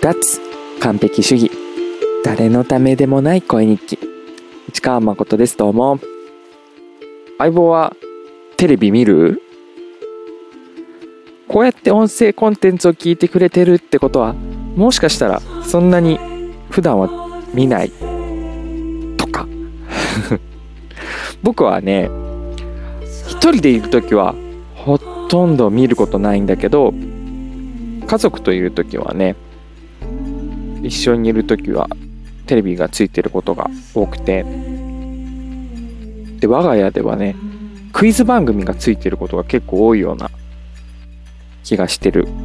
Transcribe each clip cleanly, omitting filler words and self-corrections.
脱完璧主義誰のためでもない恋日記、市川誠です。どうも。相棒はテレビ見る？こうやって音声コンテンツを聞いてくれてるってことは、もしかしたらそんなに普段は見ないとか僕はね、一人でいるときはほとんど見ることないんだけど、家族といるときはね、一緒にいるときはテレビがついてることが多くて、で我が家ではね、クイズ番組がついてることが結構多いような気がしてる。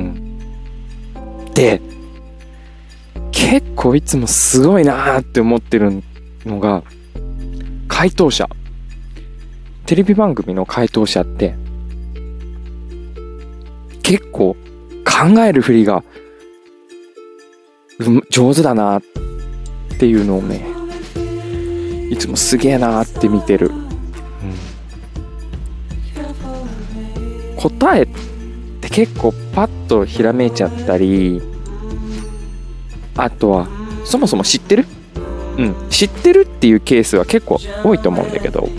で、結構いつもすごいなーって思ってるのが、回答者。テレビ番組の回答者って結構考えるふりが上手だなっていうのをね、いつもすげえなって見てる。答えって結構パッとひらめいちゃったり、あとはそもそも知ってる？知ってるっていうケースは結構多いと思うんだけど、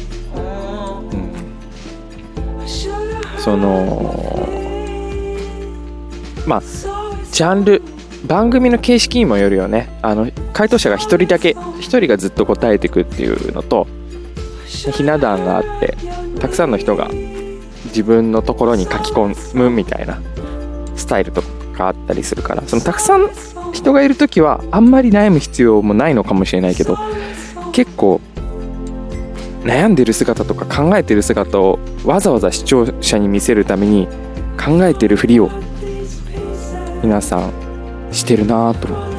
ジャンル、番組の形式にもよるよね。回答者が一人がずっと答えていくっていうのと、ひな壇があってたくさんの人が自分のところに書き込むみたいなスタイルとかあったりするから、そのたくさん人がいるときはあんまり悩む必要もないのかもしれないけど、結構悩んでる姿とか考えてる姿をわざわざ視聴者に見せるために考えてるふりを皆さんしてるなと思って、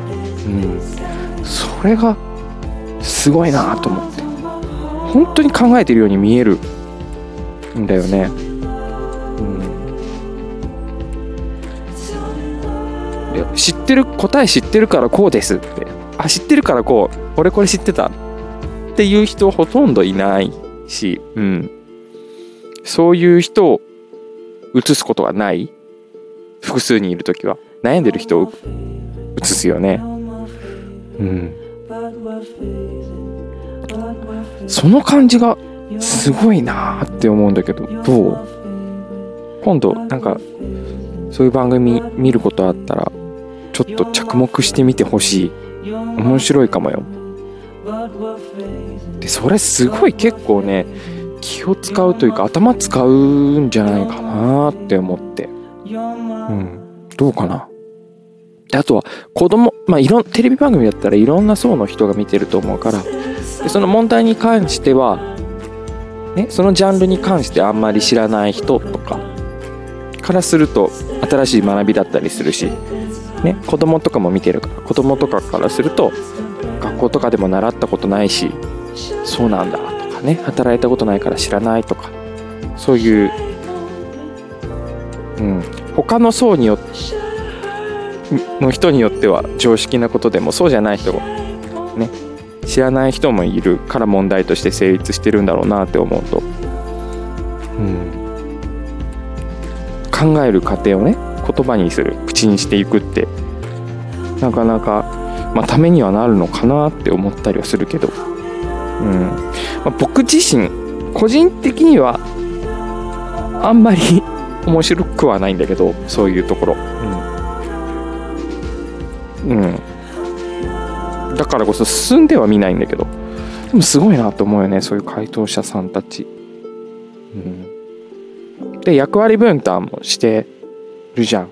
それがすごいなと思って、本当に考えてるように見えるんだよね。答え知ってるからこうですって、知ってるからこう、俺これ知ってたっていう人ほとんどいないし、そういう人を映すことがない。複数にいるときは悩んでる人を映すよね。その感じがすごいなって思うんだけど、どう？今度なんかそういう番組見ることあったらちょっと着目してみてほしい。面白いかもよ。でそれすごい結構ね、気を使うというか頭使うんじゃないかなって思って、どうかな。であとは子供、テレビ番組だったらいろんな層の人が見てると思うから、でその問題に関してはね、そのジャンルに関してあんまり知らない人とかからすると新しい学びだったりするしね、子供とかも見てるから、子供とかからすると学校とかでも習ったことないし、そうなんだとかね、働いたことないから知らないとか、そういう、他の層によっての人によっては常識なことでも、そうじゃない人ね、知らない人もいるから問題として成立してるんだろうなって思うと、考える過程をね、言葉にする、口にしていくってなかなか、ためにはなるのかなって思ったりはするけど、僕自身個人的にはあんまり面白くはないんだけど、そういうところ、だからこそ進んでは見ないんだけど、でもすごいなと思うよね、そういう回答者さんたち。で役割分担もしてるじゃん。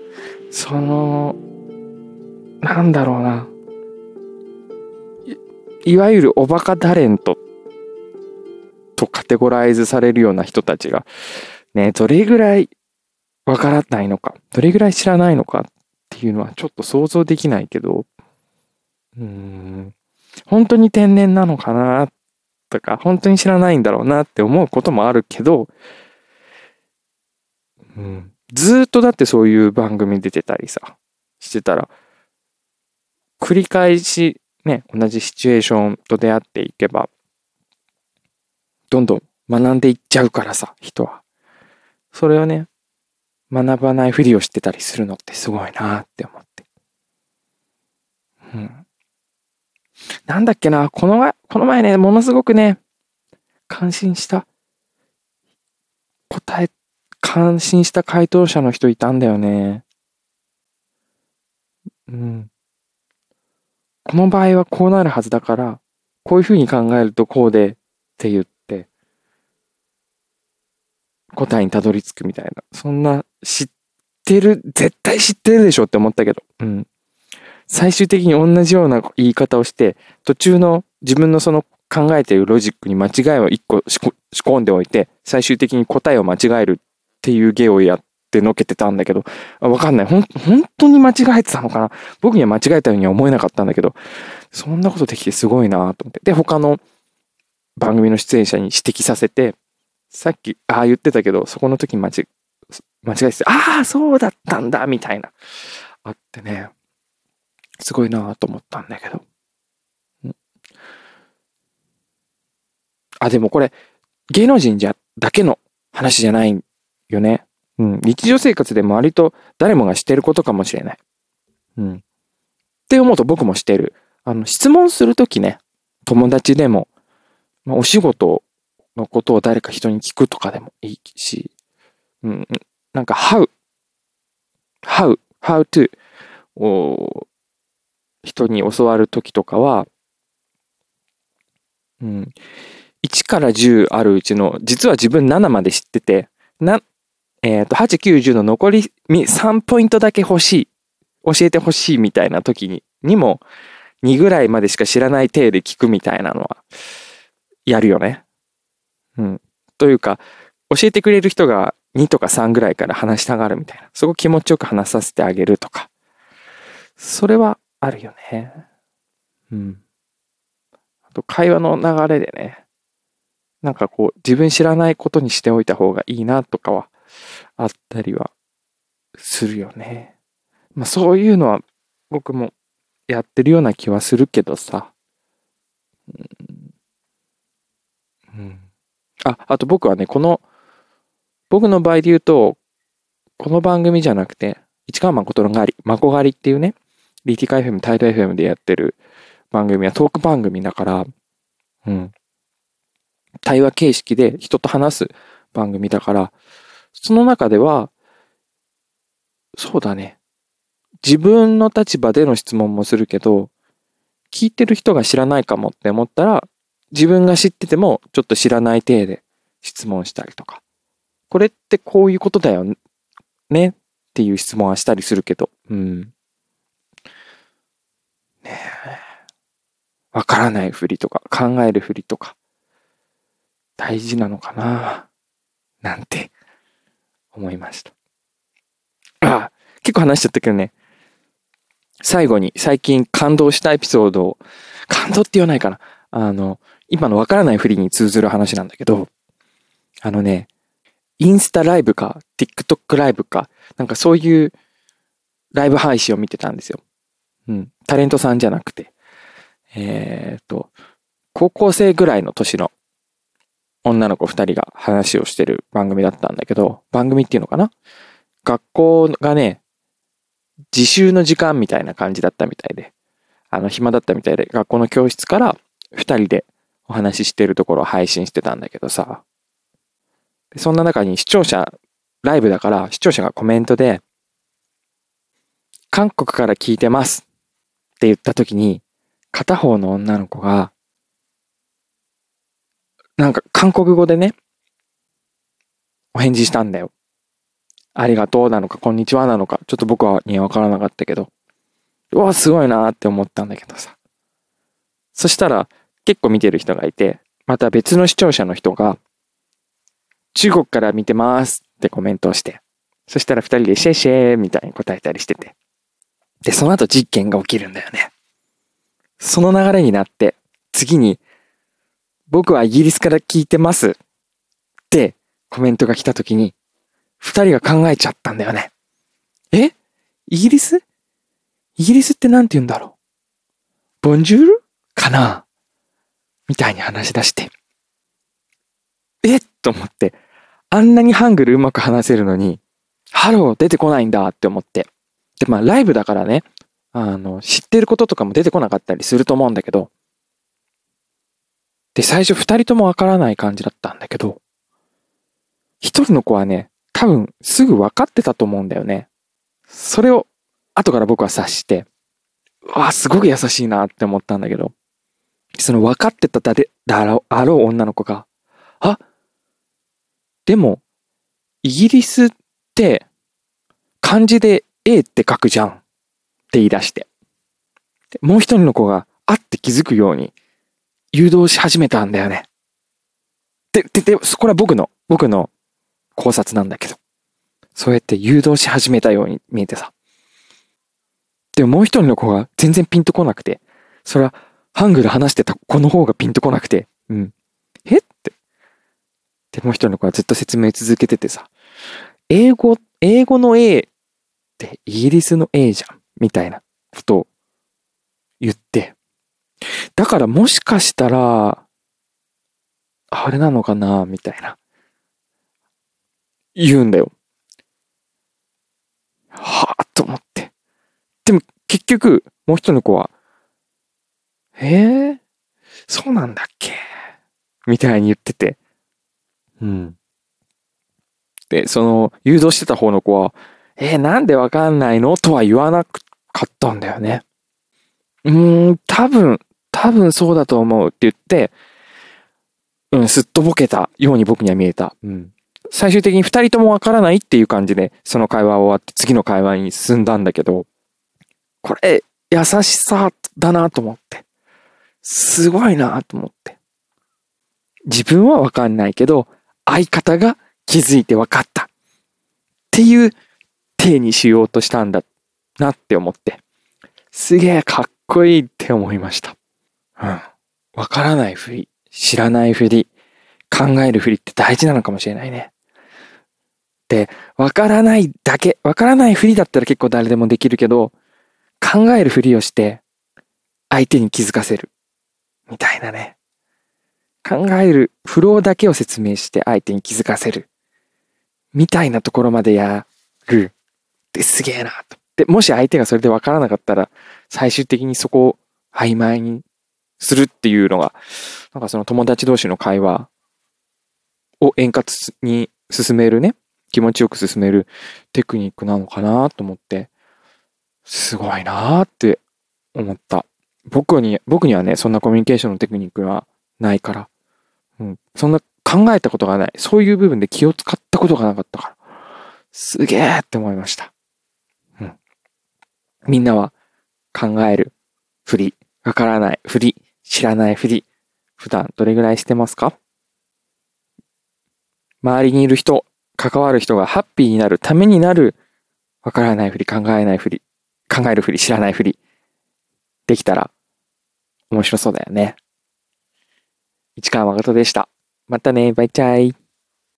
なんだろうな、いわゆるおバカタレントとカテゴライズされるような人たちがね、どれぐらいわからないのか、どれぐらい知らないのかっていうのはちょっと想像できないけど、本当に天然なのかなとか、本当に知らないんだろうなって思うこともあるけど、ずっとだってそういう番組出てたりさしてたら、繰り返しね、同じシチュエーションと出会っていけばどんどん学んでいっちゃうからさ、人はそれをね、学ばないふりをしてたりするのってすごいなって思って。 うん。なんだっけな、この前ね、ものすごくね、感心した回答者の人いたんだよね。うん。この場合はこうなるはずだから、こういうふうに考えるとこうでって言って、答えにたどり着くみたいな。そんな絶対知ってるでしょって思ったけど。うん。最終的に同じような言い方をして、途中の自分のその考えているロジックに間違いを一個仕込んでおいて、最終的に答えを間違えるっていう芸をやってのけてたんだけど、わかんない。本当に間違えてたのかな。僕には間違えたようには思えなかったんだけど、そんなことできてすごいなと思って。で、他の番組の出演者に指摘させて、さっき、言ってたけど、そこの時に間違えてて、そうだったんだみたいな。あってね。すごいなと思ったんだけど。でもこれ、芸能人だけの話じゃないよね。うん。日常生活でも割と誰もが知ってることかもしれない。うん。って思うと僕もしてる。質問するときね、友達でも、お仕事のことを誰か人に聞くとかでもいいし、うん。なんか、how to を人に教わるときとかは、うん。1から10あるうちの、実は自分7まで知ってて、8、9、10の残り3ポイントだけ欲しい。教えて欲しいみたいな時にも、2ぐらいまでしか知らない体で聞くみたいなのは、やるよね。うん。というか、教えてくれる人が2とか3ぐらいから話したがるみたいな。そこ気持ちよく話させてあげるとか。それはあるよね。うん。あと、会話の流れでね、なんかこう、自分知らないことにしておいた方がいいなとかは、あったりはするよね。そういうのは僕もやってるような気はするけどさ。うん。あと僕はね、僕の場合で言うと、この番組じゃなくて、市川誠のまこ狩りっていうね、BTK FM、タイド FM でやってる番組はトーク番組だから、うん。対話形式で人と話す番組だから、その中では、そうだね。自分の立場での質問もするけど、聞いてる人が知らないかもって思ったら、自分が知っててもちょっと知らない体で質問したりとか。これってこういうことだよねっていう質問はしたりするけど。うん。ねえ。わからないふりとか考えるふりとか大事なのかななんて思いました。結構話しちゃったけどね。最後に最近感動したエピソードを、感動って言わないかな。今のわからないふりに通ずる話なんだけど、インスタライブか、TikTok ライブか、なんかそういうライブ配信を見てたんですよ。うん。タレントさんじゃなくて。高校生ぐらいの年の女の子2人が話をしてる番組だったんだけど、番組っていうのかな？学校がね、自習の時間みたいな感じだったみたいで、暇だったみたいで、学校の教室から2人でお話ししてるところを配信してたんだけどさ、そんな中にライブだから視聴者がコメントで、韓国から聞いてますって言った時に、片方の女の子が、なんか韓国語でね、お返事したんだよ。ありがとうなのか、こんにちはなのか、ちょっと僕には分からなかったけど、うわ、すごいなって思ったんだけどさ。そしたら、結構見てる人がいて、また別の視聴者の人が、中国から見てますってコメントをして、そしたら2人でシェシェーみたいに答えたりしてて。で、その後実験が起きるんだよね。その流れになって、次に、僕はイギリスから聞いてますってコメントが来た時に、2人が考えちゃったんだよね。イギリスってなんて言うんだろう。ボンジュールかなみたいに話し出して。と思って。あんなにハングルうまく話せるのに、ハロー出てこないんだって思って。で、ライブだからね、 知ってることとかも出てこなかったりすると思うんだけど、で、最初二人ともわからない感じだったんだけど、一人の子はね、多分すぐ分かってたと思うんだよね。それを後から僕は察して、すごく優しいなって思ったんだけど、その分かってたあろう女の子が、でも、イギリスって漢字で A って書くじゃんって言い出して。もう一人の子がって気づくように誘導し始めたんだよね。これは僕の考察なんだけど。そうやって誘導し始めたように見えてさ。でももう一人の子が全然ピンとこなくて、それはハングル話してた子の方がピンとこなくて、えって。で、もう一人の子はずっと説明続けててさ、英語の A ってイギリスの A じゃん、みたいなことを言って、だからもしかしたら、あれなのかな、みたいな。言うんだよ。はぁと思って。でも結局、もう一人の子は、そうなんだっけみたいに言ってて。で、その、誘導してた方の子は、なんでわかんないのとは言わなかったんだよね。多分そうだと思うって言って、すっとぼけたように僕には見えた。最終的に二人ともわからないっていう感じで、その会話は終わって次の会話に進んだんだけど、これ、優しさだなと思って。すごいなと思って。自分はわかんないけど、相方が気づいてわかった。っていう体にしようとしたんだなって思って。すげえかっこいいって思いました。わからないふり、知らないふり、考えるふりって大事なのかもしれないね。で、わからないふりだったら結構誰でもできるけど、考えるふりをして相手に気づかせる。みたいなね。考えるフローだけを説明して相手に気づかせる。みたいなところまでやる。ってすげえなと。で、もし相手がそれでわからなかったら、最終的にそこを曖昧にするっていうのが、なんかその友達同士の会話を円滑に進めるね、気持ちよく進めるテクニックなのかなと思って、すごいなって思った。僕にはね、そんなコミュニケーションのテクニックはないから、そんな考えたことがない。そういう部分で気を使ったことがなかったから、すげえって思いました。みんなは考えるふり、わからないふり、知らないふり、普段どれぐらいしてますか？周りにいる人、関わる人がハッピーになるためになる、わからないふり、考えないふり、考えるふり、知らないふり、できたら面白そうだよね。市川誠でした。またね、バイチャイ。